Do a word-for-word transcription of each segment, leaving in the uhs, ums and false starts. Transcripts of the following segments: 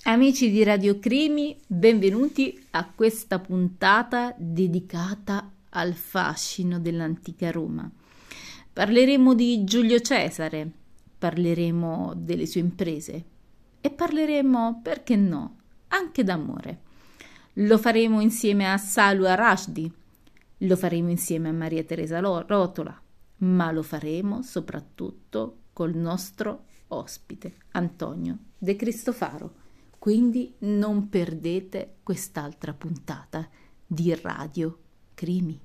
Amici di Radio Crimi, benvenuti a questa puntata dedicata al fascino dell'antica Roma. Parleremo di Giulio Cesare, parleremo delle sue imprese e parleremo, perché no, anche d'amore. Lo faremo insieme a Salwa Rushdie, lo faremo insieme a Maria Teresa Rotola, ma lo faremo soprattutto col nostro ospite, Antonio De Cristofaro. Quindi non perdete quest'altra puntata di Radio Crimi.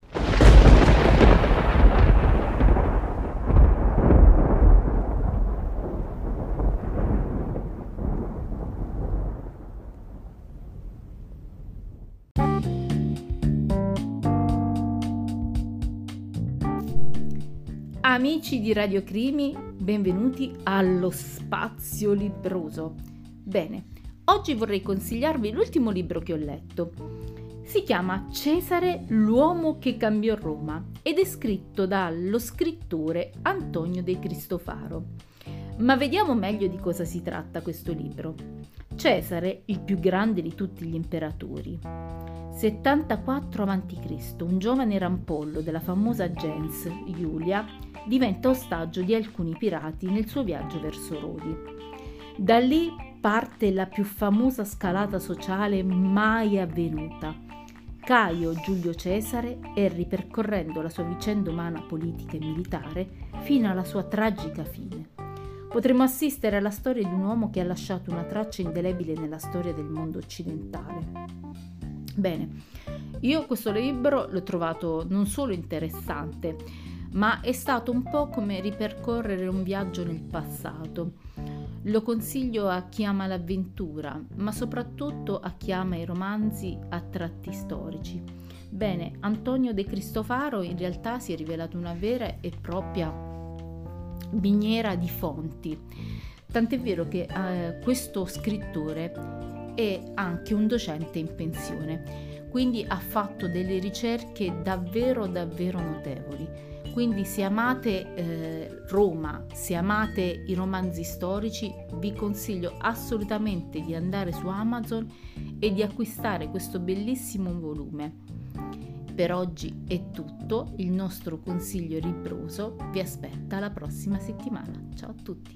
Amici di Radio Crimi, benvenuti allo Spazio Libroso. Bene, oggi vorrei consigliarvi l'ultimo libro che ho letto. Si chiama Cesare, l'uomo che cambiò Roma ed è scritto dallo scrittore Antonio De Cristofaro. Ma vediamo meglio di cosa si tratta questo libro. Cesare, il più grande di tutti gli imperatori. settantaquattro avanti Cristo, un giovane rampollo della famosa gens Iulia diventa ostaggio di alcuni pirati nel suo viaggio verso Rodi. Da lì parte la più famosa scalata sociale mai avvenuta. Caio Giulio Cesare è ripercorrendo la sua vicenda umana, politica e militare fino alla sua tragica fine. Potremmo assistere alla storia di un uomo che ha lasciato una traccia indelebile nella storia del mondo occidentale. Bene, io questo libro l'ho trovato non solo interessante, ma è stato un po' come ripercorrere un viaggio nel passato. Lo consiglio a chi ama l'avventura, ma soprattutto a chi ama i romanzi a tratti storici. Bene, Antonio De Cristofaro in realtà si è rivelato una vera e propria miniera di fonti. Tant'è vero che eh, questo scrittore è anche un docente in pensione, quindi ha fatto delle ricerche davvero davvero notevoli. Quindi se amate eh, Roma, se amate i romanzi storici, vi consiglio assolutamente di andare su Amazon e di acquistare questo bellissimo volume. Per oggi è tutto, il nostro consiglio libroso vi aspetta la prossima settimana. Ciao a tutti!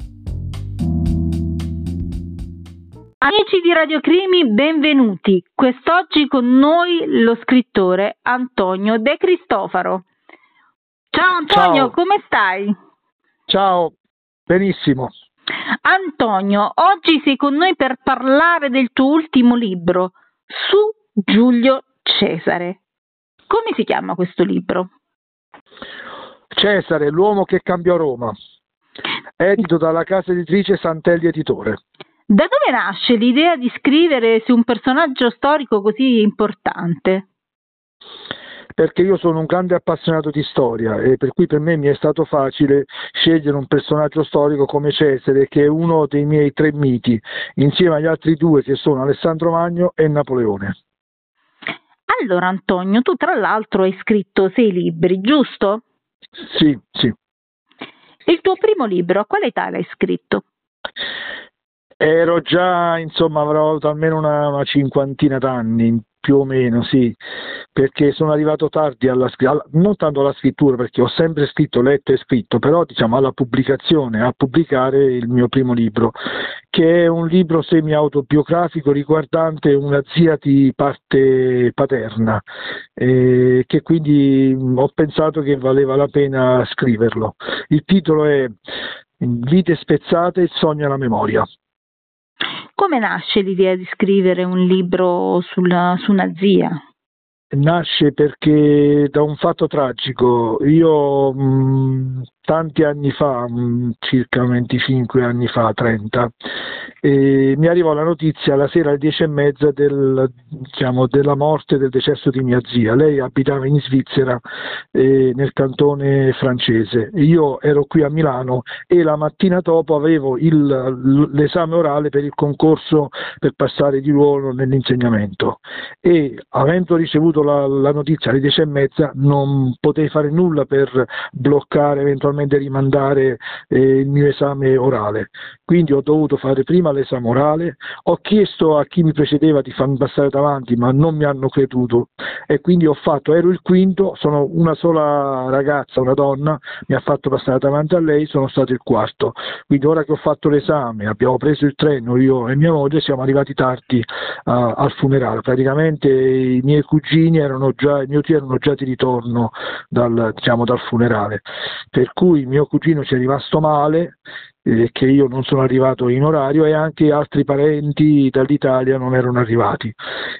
Amici di Radio Crimi, benvenuti! Quest'oggi con noi lo scrittore Antonio De Cristofaro. Ciao Antonio, Ciao. Come stai? Ciao, benissimo. Antonio, oggi sei con noi per parlare del tuo ultimo libro, Su Giulio Cesare. Come si chiama questo libro? Cesare, l'uomo che cambiò Roma, edito dalla casa editrice Santelli Editore. Da dove nasce l'idea di scrivere su un personaggio storico così importante? Perché io sono un grande appassionato di storia e per cui per me mi è stato facile scegliere un personaggio storico come Cesare, che è uno dei miei tre miti, insieme agli altri due che sono Alessandro Magno e Napoleone. Allora Antonio, tu tra l'altro hai scritto sei libri, giusto? Sì, sì. Il tuo primo libro, a quale età l'hai scritto? Ero già, insomma, avrò avuto almeno una, una cinquantina d'anni, più o meno, sì, perché sono arrivato tardi alla scrittura, non tanto alla scrittura, perché ho sempre scritto, letto e scritto, però diciamo alla pubblicazione, a pubblicare il mio primo libro, che è un libro semi-autobiografico riguardante una zia di parte paterna, eh, che quindi ho pensato che valeva la pena scriverlo. Il titolo è Vite spezzate, il sogno e la memoria. Come nasce l'idea di scrivere un libro sulla, su una zia? Nasce perché da un fatto tragico. Io mh, tanti anni fa, mh, circa venticinque anni fa, trenta, e mi arrivò la notizia la sera alle dieci e mezza del, diciamo, della morte, del decesso di mia zia. Lei abitava in Svizzera, eh, nel cantone francese. Io ero qui a Milano e la mattina dopo avevo il, l'esame orale per il concorso per passare di ruolo nell'insegnamento e avendo ricevuto La, la notizia alle dieci e mezza non potei fare nulla per bloccare, eventualmente rimandare eh, il mio esame orale, quindi ho dovuto fare prima prima l'esa morale, ho chiesto a chi mi precedeva di farmi passare davanti, ma non mi hanno creduto, e quindi ho fatto, ero il quinto, sono una sola ragazza, una donna, mi ha fatto passare davanti a lei, sono stato il quarto. Quindi ora che ho fatto l'esame, abbiamo preso il treno, io e mia moglie, siamo arrivati tardi uh, al funerale. Praticamente i miei cugini erano già, i mio zio erano già di ritorno dal, diciamo, dal funerale, per cui mio cugino ci è rimasto male, eh, che io non sono arrivato in orario, e anche altri parenti dall'Italia non erano arrivati.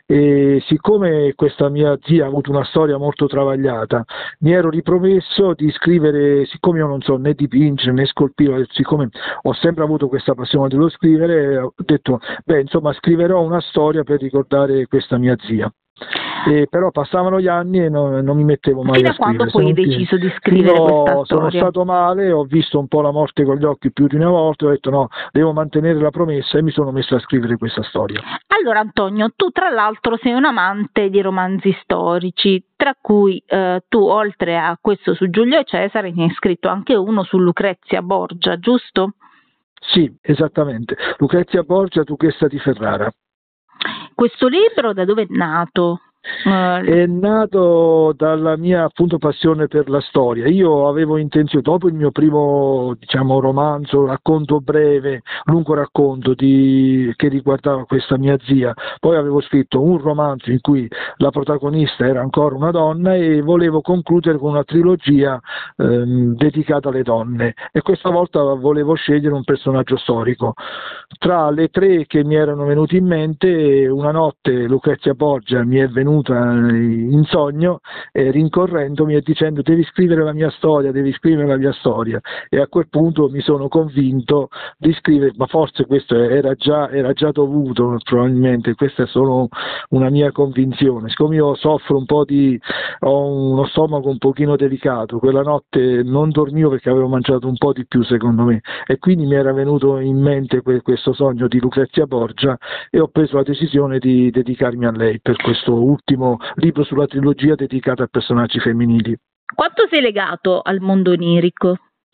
E siccome questa mia zia ha avuto una storia molto travagliata, mi ero ripromesso di scrivere, siccome io non so né dipingere né scolpire, siccome ho sempre avuto questa passione dello scrivere, ho detto, beh, insomma, scriverò una storia per ricordare questa mia zia. E però passavano gli anni e non, non mi mettevo mai Fino a a quando scrivere. poi hai deciso di scrivere Fino, questa storia? Sono stato male, ho visto un po' la morte con gli occhi più di una volta, ho detto no, devo mantenere la promessa, e mi sono messo a scrivere questa storia. Allora Antonio, tu tra l'altro sei un amante di romanzi storici, tra cui eh, tu, oltre a questo su Giulio Cesare, ne hai scritto anche uno su Lucrezia Borgia, giusto? Sì, esattamente. Lucrezia Borgia, Duchessa di Ferrara. Questo libro da dove è nato? È nato dalla mia appunto passione per la storia. Io avevo intenzione, dopo il mio primo diciamo romanzo, racconto breve, lungo racconto di, che riguardava questa mia zia, poi avevo scritto un romanzo in cui la protagonista era ancora una donna, e volevo concludere con una trilogia ehm, dedicata alle donne, e questa volta volevo scegliere un personaggio storico. Tra le tre che mi erano venute in mente, una notte Lucrezia Borgia mi è venuta in sogno, eh, rincorrendomi e dicendo devi scrivere la mia storia, devi scrivere la mia storia, e a quel punto mi sono convinto di scrivere, ma forse questo era già, era già dovuto, probabilmente, questa è solo una mia convinzione. Siccome io soffro un po' di, ho uno stomaco un pochino delicato, quella notte non dormivo perché avevo mangiato un po' di più secondo me, e quindi mi era venuto in mente que- questo sogno di Lucrezia Borgia, e ho preso la decisione di dedicarmi a lei per questo ultimo libro sulla trilogia dedicata a personaggi femminili. Quanto sei legato al mondo onirico?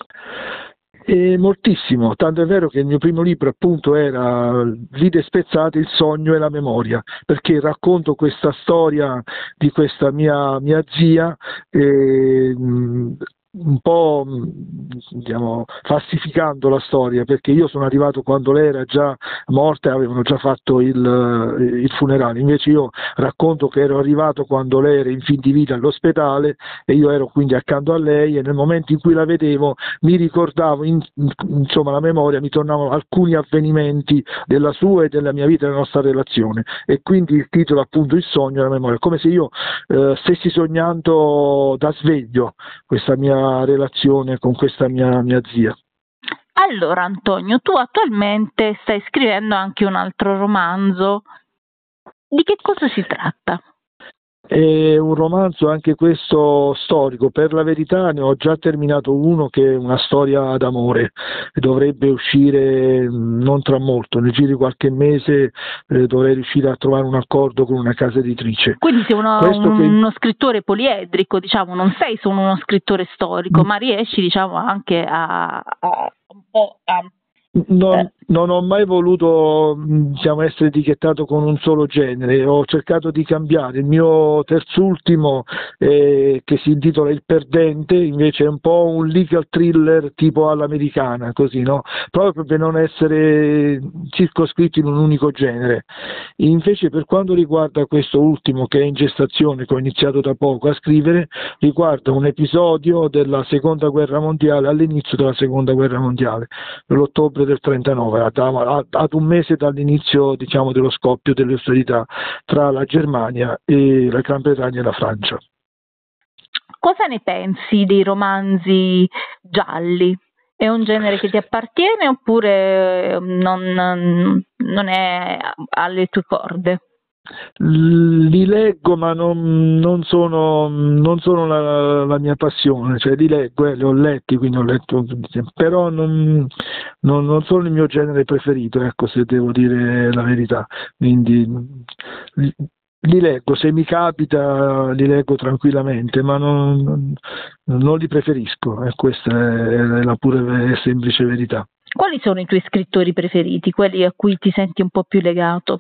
E moltissimo, tanto è vero che il mio primo libro appunto era Vite spezzate, il sogno e la memoria, perché racconto questa storia di questa mia, mia zia, e, mh, un po' diciamo, falsificando la storia, perché io sono arrivato quando lei era già morta e avevano già fatto il, il funerale, invece io racconto che ero arrivato quando lei era in fin di vita all'ospedale, e io ero quindi accanto a lei, e nel momento in cui la vedevo mi ricordavo, in, insomma la memoria, mi tornavano alcuni avvenimenti della sua e della mia vita, della nostra relazione, e quindi il titolo appunto Il sogno e la memoria, come se io eh, stessi sognando da sveglio questa mia relazione con questa mia, mia zia. Allora Antonio, tu attualmente stai scrivendo anche un altro romanzo, di che cosa si tratta? È un romanzo anche questo storico, per la verità ne ho già terminato uno che è una storia d'amore, dovrebbe uscire non tra molto, nel giro di qualche mese eh, dovrei riuscire a trovare un accordo con una casa editrice. Quindi sei uno, un, che... uno scrittore poliedrico, diciamo, non sei solo uno scrittore storico, mm. ma riesci diciamo anche a, a un po' a Non, eh. non ho mai voluto diciamo, essere etichettato con un solo genere, ho cercato di cambiare. Il mio terzultimo, eh, che si intitola Il perdente, invece è un po' un legal thriller tipo all'americana, così, no? Proprio per non essere circoscritti in un unico genere. Invece per quanto riguarda questo ultimo, che è in gestazione, che ho iniziato da poco a scrivere, riguarda un episodio della seconda guerra mondiale, all'inizio della seconda guerra mondiale, l'ottobre del trentanove, ad, ad un mese dall'inizio diciamo, dello scoppio delle ostilità tra la Germania e la Gran Bretagna e la Francia. Cosa ne pensi dei romanzi gialli? È un genere che ti appartiene oppure non, non è alle tue corde? Li leggo, ma non, non sono, non sono la, la mia passione, cioè li leggo, eh, li ho letti, quindi ho letto, però non, non, non sono il mio genere preferito, ecco, se devo dire la verità. Quindi li, li leggo, se mi capita li leggo tranquillamente, ma non, non, non li preferisco, e eh, questa è la pura e semplice verità. Quali sono i tuoi scrittori preferiti, quelli a cui ti senti un po' più legato?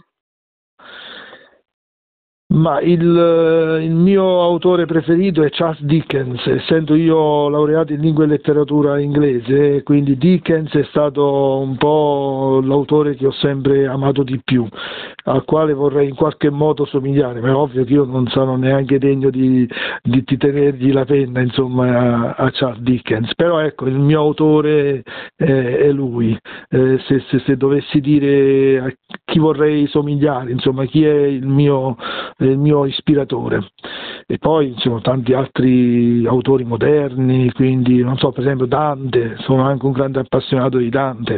Ma il, il mio autore preferito è Charles Dickens, essendo io laureato in lingua e letteratura inglese, quindi Dickens è stato un po' l'autore che ho sempre amato di più, al quale vorrei in qualche modo somigliare, ma è ovvio che io non sono neanche degno di, di, di tenergli la penna, insomma, a, a Charles Dickens, però ecco, il mio autore è, è lui. Eh, se, se, se dovessi dire a chi vorrei somigliare, insomma, chi è il mio il mio ispiratore. E poi ci sono tanti altri autori moderni, quindi non so, per esempio Dante, sono anche un grande appassionato di Dante.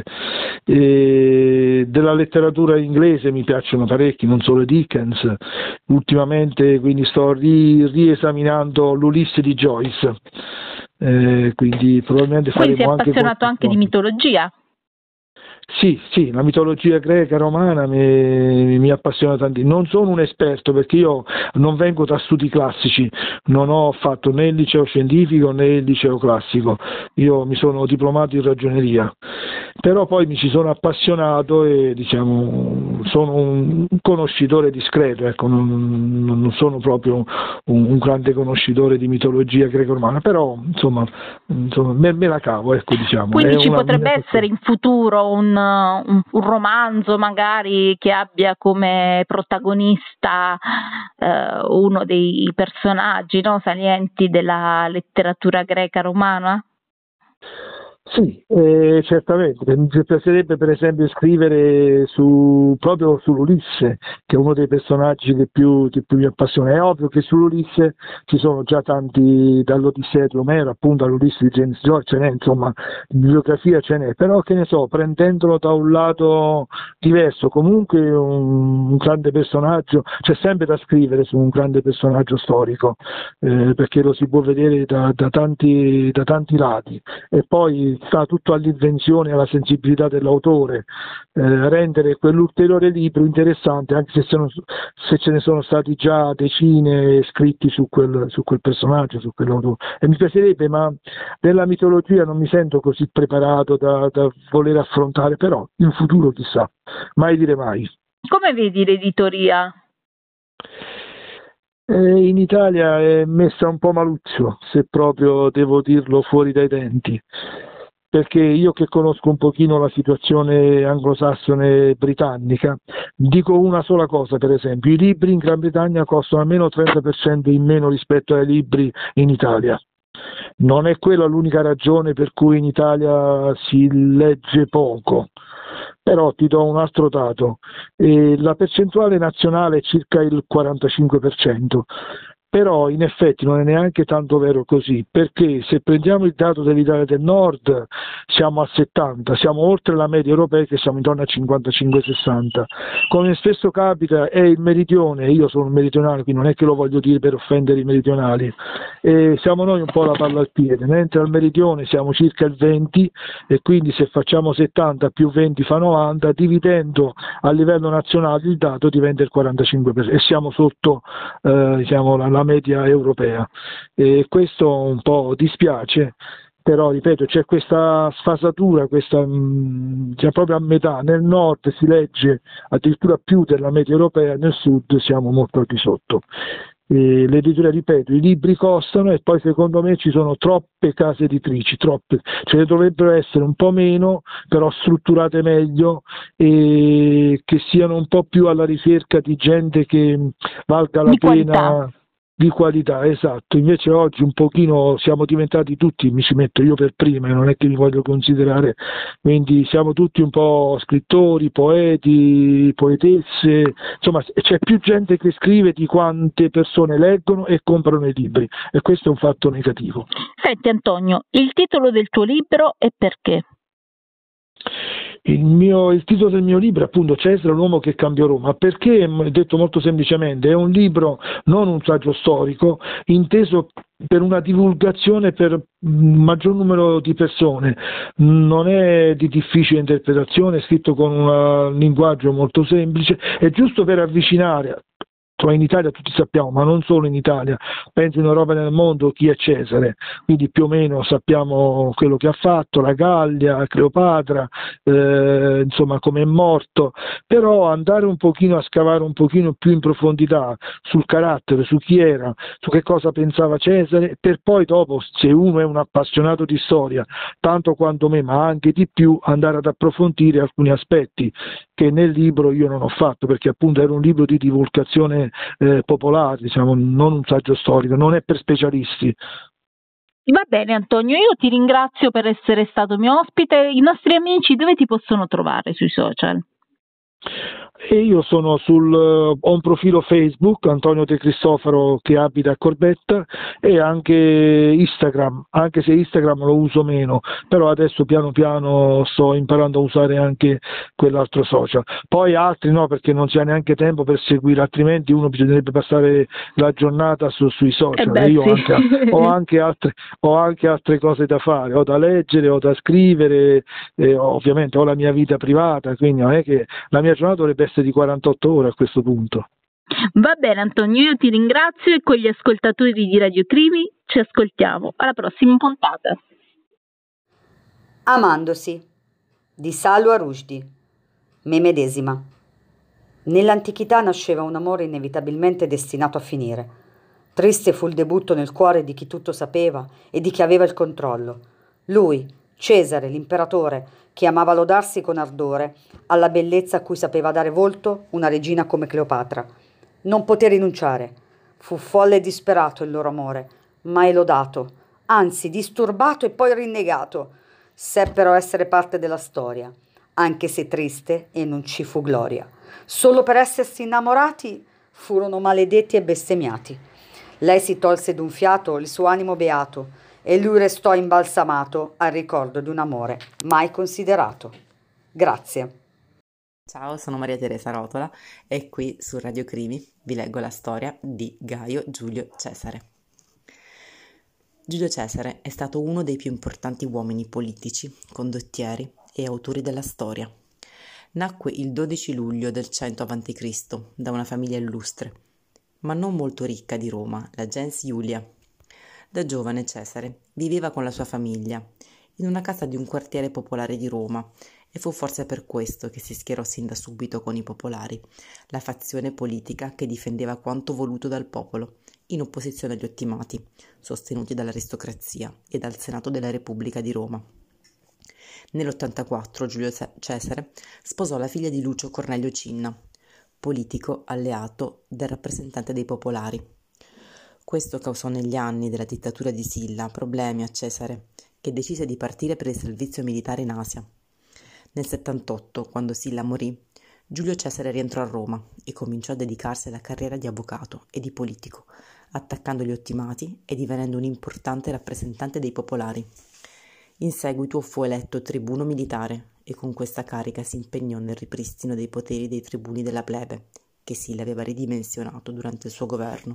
E della letteratura inglese mi piacciono parecchi, non solo Dickens. Ultimamente quindi sto ri, riesaminando l'Ulisse di Joyce. Eh, quindi probabilmente Quindi faremo sei appassionato anche, anche di mitologia? Sì, sì, la mitologia greca romana mi, mi appassiona tantissimo. Non sono un esperto perché io non vengo da studi classici, non ho fatto né il liceo scientifico né il liceo classico, io mi sono diplomato in ragioneria, però poi mi ci sono appassionato e diciamo sono un conoscitore discreto, ecco, non, non sono proprio un, un grande conoscitore di mitologia greco-romana, però insomma, insomma me, me la cavo, ecco, diciamo. Quindi È ci una potrebbe mia essere in futuro un, un, un romanzo magari che abbia come protagonista eh, uno dei personaggi, no, salienti della letteratura greca romana? Sì, eh, certamente, mi piacerebbe per esempio scrivere su, proprio sull'Ulisse, che è uno dei personaggi che più, che più mi appassiona. È ovvio che sull'Ulisse ci sono già tanti, dall'Odissea di Omero, appunto all'Ulisse di James Joyce, ce n'è, insomma, bibliografia ce n'è, però che ne so, prendendolo da un lato diverso, comunque un, un grande personaggio, c'è sempre da scrivere su un grande personaggio storico, eh, perché lo si può vedere da, da, tanti, da tanti lati, e poi sta tutto all'invenzione e alla sensibilità dell'autore, eh, rendere quell'ulteriore libro interessante, anche se, sono, se ce ne sono stati già decine scritti su quel, su quel personaggio, su quell'autore. E mi piacerebbe, ma della mitologia non mi sento così preparato da, da voler affrontare, però in futuro chissà, mai dire mai. Come vedi l'editoria? Eh, in Italia è messa un po' maluzzo, se proprio devo dirlo fuori dai denti, perché io che conosco un pochino la situazione anglosassone britannica, dico una sola cosa, per esempio, i libri in Gran Bretagna costano almeno il trenta per cento in meno rispetto ai libri in Italia. Non è quella l'unica ragione per cui in Italia si legge poco, però ti do un altro dato, eh, la percentuale nazionale è circa il quarantacinque per cento, però in effetti non è neanche tanto vero così, perché se prendiamo il dato dell'Italia del Nord siamo al settanta, siamo oltre la media europea che siamo intorno al cinquantacinque sessanta. Come spesso capita è il meridione, io sono un meridionale quindi non è che lo voglio dire per offendere i meridionali, e siamo noi un po' la palla al piede, mentre al meridione siamo circa il venti e quindi se facciamo settanta più venti fa novanta, dividendo a livello nazionale il dato diventa il quarantacinque per cento e siamo sotto eh, diciamo, la la media europea, e questo un po' dispiace, però ripeto c'è questa sfasatura, questa mh, già proprio a metà, nel nord si legge addirittura più della media europea, nel sud siamo molto al di sotto. E l'editoria, ripeto, i libri costano e poi secondo me ci sono troppe case editrici, troppe, ce ne dovrebbero essere un po' meno, però strutturate meglio e che siano un po' più alla ricerca di gente che valga la Di pena. qualità. Di qualità, esatto, invece oggi un pochino siamo diventati tutti, mi ci metto io per prima, non è che mi voglio considerare, quindi siamo tutti un po' scrittori, poeti, poetesse, insomma c'è più gente che scrive di quante persone leggono e comprano i libri e questo è un fatto negativo. Senti Antonio, il titolo del tuo libro e perché? Il, mio, il titolo del mio libro è appunto Cesare, l'uomo che cambiò Roma, perché, detto molto semplicemente, è un libro, non un saggio storico, inteso per una divulgazione per un maggior numero di persone, non è di difficile interpretazione, è scritto con un linguaggio molto semplice, è giusto per avvicinare Insomma, in Italia tutti sappiamo, ma non solo in Italia, penso in Europa e nel mondo, chi è Cesare, quindi più o meno sappiamo quello che ha fatto, la Gallia, Cleopatra, eh, insomma come è morto, però andare un pochino a scavare un pochino più in profondità sul carattere, su chi era, su che cosa pensava Cesare, per poi dopo, se uno è un appassionato di storia, tanto quanto me, ma anche di più, andare ad approfondire alcuni aspetti che nel libro io non ho fatto, perché appunto era un libro di divulgazione eh, popolare, diciamo, non un saggio storico, non è per specialisti. Va bene Antonio, io ti ringrazio per essere stato mio ospite. I nostri amici dove ti possono trovare sui social? E io sono sul, ho un profilo Facebook, Antonio De Cristofaro, che abita a Corbetta, e anche Instagram, anche se Instagram lo uso meno, però adesso piano piano sto imparando a usare anche quell'altro social. Poi altri no, perché non si ha neanche tempo per seguire, altrimenti uno bisognerebbe passare la giornata su, sui social. Eh beh, e io sì. ho, anche, ho, anche altre, ho anche altre cose da fare, ho da leggere, ho da scrivere, eh, ovviamente ho la mia vita privata, quindi non è che la mia giornata dovrebbe essere di quarantotto ore a questo punto. Va bene Antonio, io ti ringrazio e con gli ascoltatori di Radio Crimi ci ascoltiamo alla prossima puntata. Amandosi di Salwa Rushdie. Me medesima. Nell'antichità nasceva un amore inevitabilmente destinato a finire. Triste fu il debutto nel cuore di chi tutto sapeva e di chi aveva il controllo. Lui, Cesare, l'imperatore, che amava lodarsi con ardore alla bellezza a cui sapeva dare volto una regina come Cleopatra. Non poté rinunciare. Fu folle e disperato il loro amore, mai lodato, anzi disturbato e poi rinnegato. Seppero essere parte della storia, anche se triste e non ci fu gloria. Solo per essersi innamorati furono maledetti e bestemmiati. Lei si tolse d'un fiato il suo animo beato, e lui restò imbalsamato al ricordo di un amore mai considerato. Grazie. Ciao, sono Maria Teresa Rotola e qui su Radio Crimi vi leggo la storia di Gaio Giulio Cesare. Giulio Cesare è stato uno dei più importanti uomini politici, condottieri e autori della storia. Nacque il dodici luglio del cento avanti Cristo da una famiglia illustre, ma non molto ricca di Roma, la gens Iulia. Da giovane Cesare viveva con la sua famiglia in una casa di un quartiere popolare di Roma e fu forse per questo che si schierò sin da subito con i popolari, la fazione politica che difendeva quanto voluto dal popolo, in opposizione agli ottimati, sostenuti dall'aristocrazia e dal Senato della Repubblica di Roma. Nell'ottantaquattro Giulio Cesare sposò la figlia di Lucio Cornelio Cinna, politico alleato del rappresentante dei popolari. Questo causò negli anni della dittatura di Silla problemi a Cesare, che decise di partire per il servizio militare in Asia. Nel settantotto, quando Silla morì, Giulio Cesare rientrò a Roma e cominciò a dedicarsi alla carriera di avvocato e di politico, attaccando gli ottimati e divenendo un importante rappresentante dei popolari. In seguito fu eletto tribuno militare e con questa carica si impegnò nel ripristino dei poteri dei tribuni della plebe, che Silla aveva ridimensionato durante il suo governo.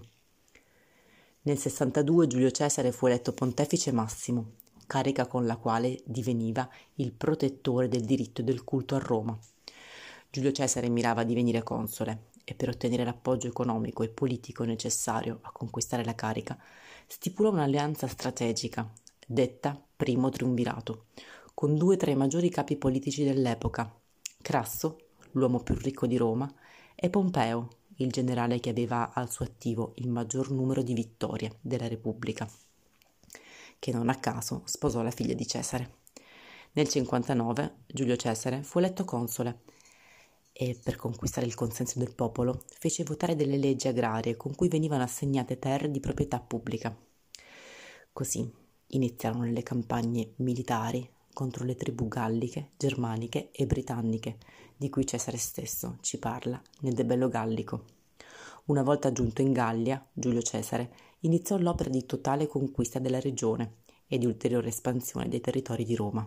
Nel sessantadue Giulio Cesare fu eletto pontefice massimo, carica con la quale diveniva il protettore del diritto e del culto a Roma. Giulio Cesare mirava a divenire console e per ottenere l'appoggio economico e politico necessario a conquistare la carica, stipulò un'alleanza strategica, detta Primo Triumvirato, con due tra i maggiori capi politici dell'epoca, Crasso, l'uomo più ricco di Roma, e Pompeo, il generale che aveva al suo attivo il maggior numero di vittorie della Repubblica, che non a caso sposò la figlia di Cesare. Nel cinquantanove Giulio Cesare fu eletto console e, per conquistare il consenso del popolo, fece votare delle leggi agrarie con cui venivano assegnate terre di proprietà pubblica. Così iniziarono le campagne militari contro le tribù galliche, germaniche e britanniche, di cui Cesare stesso ci parla nel De Bello Gallico. Una volta giunto in Gallia, Giulio Cesare iniziò l'opera di totale conquista della regione e di ulteriore espansione dei territori di Roma.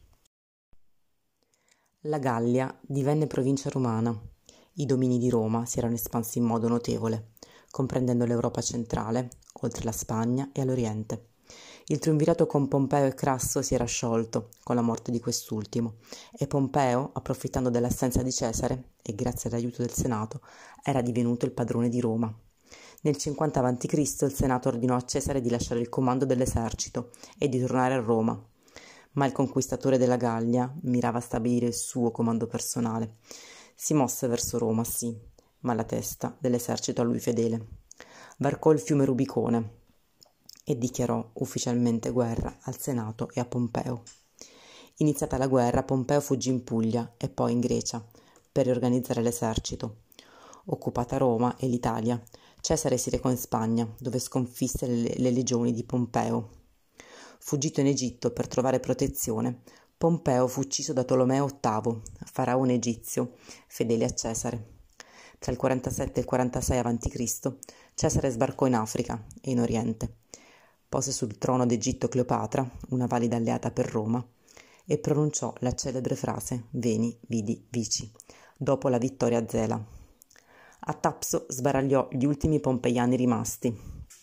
La Gallia divenne provincia romana. I domini di Roma si erano espansi in modo notevole, comprendendo l'Europa centrale, oltre la Spagna e all'Oriente. Il triumvirato con Pompeo e Crasso si era sciolto con la morte di quest'ultimo e Pompeo, approfittando dell'assenza di Cesare e grazie all'aiuto del Senato, era divenuto il padrone di Roma. Nel cinquanta avanti Cristo il Senato ordinò a Cesare di lasciare il comando dell'esercito e di tornare a Roma, ma il conquistatore della Gallia mirava a stabilire il suo comando personale. Si mosse verso Roma, sì, ma la testa dell'esercito a lui fedele. Varcò il fiume Rubicone e dichiarò ufficialmente guerra al Senato e a Pompeo. Iniziata la guerra, Pompeo fuggì in Puglia e poi in Grecia per riorganizzare l'esercito. Occupata Roma e l'Italia, Cesare si recò in Spagna, dove sconfisse le, le legioni di Pompeo. Fuggito in Egitto per trovare protezione, Pompeo fu ucciso da Tolomeo ottavo, faraone egizio, fedele a Cesare. Tra il quarantasette e il quarantasei avanti Cristo, Cesare sbarcò in Africa e in Oriente. Pose sul trono d'Egitto Cleopatra, una valida alleata per Roma, e pronunciò la celebre frase «Veni, vidi, vici», dopo la vittoria a Zela. A Thapso sbaragliò gli ultimi pompeiani rimasti.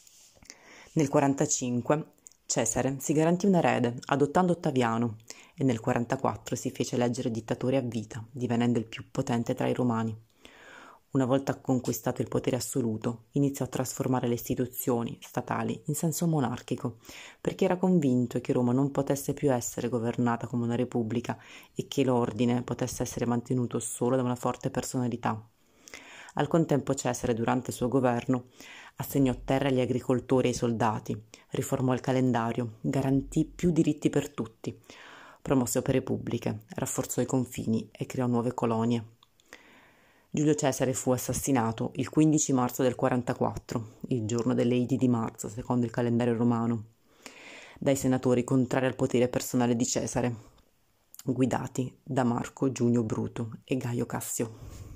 Nel quarantacinque Cesare si garantì un erede, adottando Ottaviano, e nel quarantaquattro si fece eleggere dittatore a vita, divenendo il più potente tra i romani. Una volta conquistato il potere assoluto, iniziò a trasformare le istituzioni statali in senso monarchico, perché era convinto che Roma non potesse più essere governata come una repubblica e che l'ordine potesse essere mantenuto solo da una forte personalità. Al contempo Cesare, durante il suo governo, assegnò terre agli agricoltori e ai soldati, riformò il calendario, garantì più diritti per tutti, promosse opere pubbliche, rafforzò i confini e creò nuove colonie. Giulio Cesare fu assassinato il quindici marzo del quarantaquattro, il giorno delle Idi di marzo, secondo il calendario romano, dai senatori contrari al potere personale di Cesare, guidati da Marco Giunio Bruto e Gaio Cassio.